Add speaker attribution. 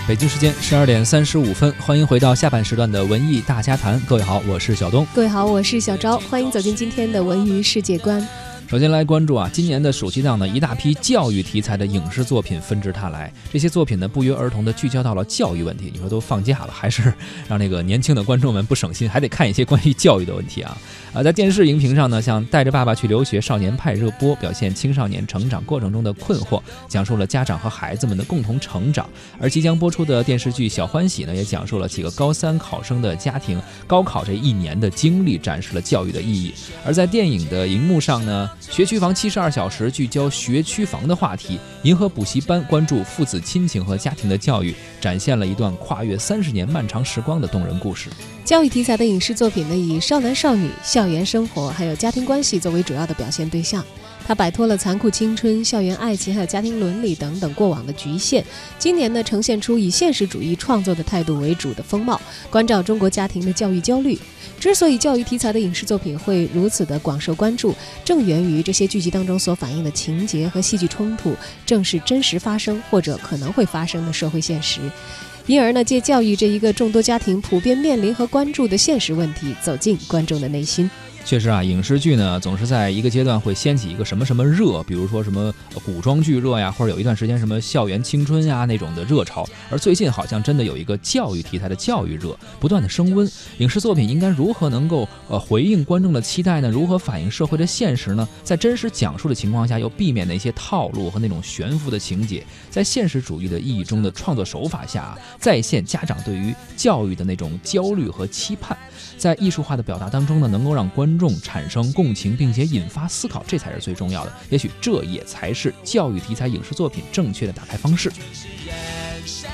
Speaker 1: 北京时间12点35分，欢迎回到下半时段的文艺大家谈。各位好，我是小东。
Speaker 2: 各位好，我是小昭。欢迎走进今天的文娱世界观。
Speaker 1: 首先来关注今年的暑期档呢，一大批教育题材的影视作品纷至沓来。这些作品呢，不约而同的聚焦到了教育问题。你说都放假了，还是让那个年轻的观众们不省心，还得看一些关于教育的问题啊。在电视荧屏上呢，像《带着爸爸去留学》少年派热播，表现青少年成长过程中的困惑，讲述了家长和孩子们的共同成长。而即将播出的电视剧《小欢喜》呢，也讲述了几个高三考生的家庭高考这一年的经历，展示了教育的意义。而在电影的荧幕上呢，学区房72小时聚焦学区房的话题，银河补习班关注父子亲情和家庭的教育，展现了一段跨越30年漫长时光的动人故事。
Speaker 2: 教育题材的影视作品呢，以少男少女、校园生活还有家庭关系作为主要的表现对象。它摆脱了残酷青春、校园爱情还有家庭伦理等等过往的局限，今年呢呈现出以现实主义创作的态度为主的风貌，关照中国家庭的教育焦虑。之所以教育题材的影视作品会如此的广受关注，正源于这些剧集当中所反映的情节和戏剧冲突正是真实发生或者可能会发生的社会现实，因而呢，借教育这一个众多家庭普遍面临和关注的现实问题，走进观众的内心。
Speaker 1: 确实影视剧呢总是在一个阶段会掀起一个什么什么热，比如说什么古装剧热呀，或者有一段时间什么校园青春呀那种的热潮。而最近好像真的有一个教育题材的教育热不断的升温。影视作品应该如何能够回应观众的期待呢？如何反映社会的现实呢？在真实讲述的情况下，又避免那些套路和那种悬浮的情节，在现实主义的意义中的创作手法下再现家长对于教育的那种焦虑和期盼。在艺术化的表达当中呢，能够让观众产生共情，并且引发思考，这才是最重要的。也许这也才是教育题材影视作品正确的打开方式。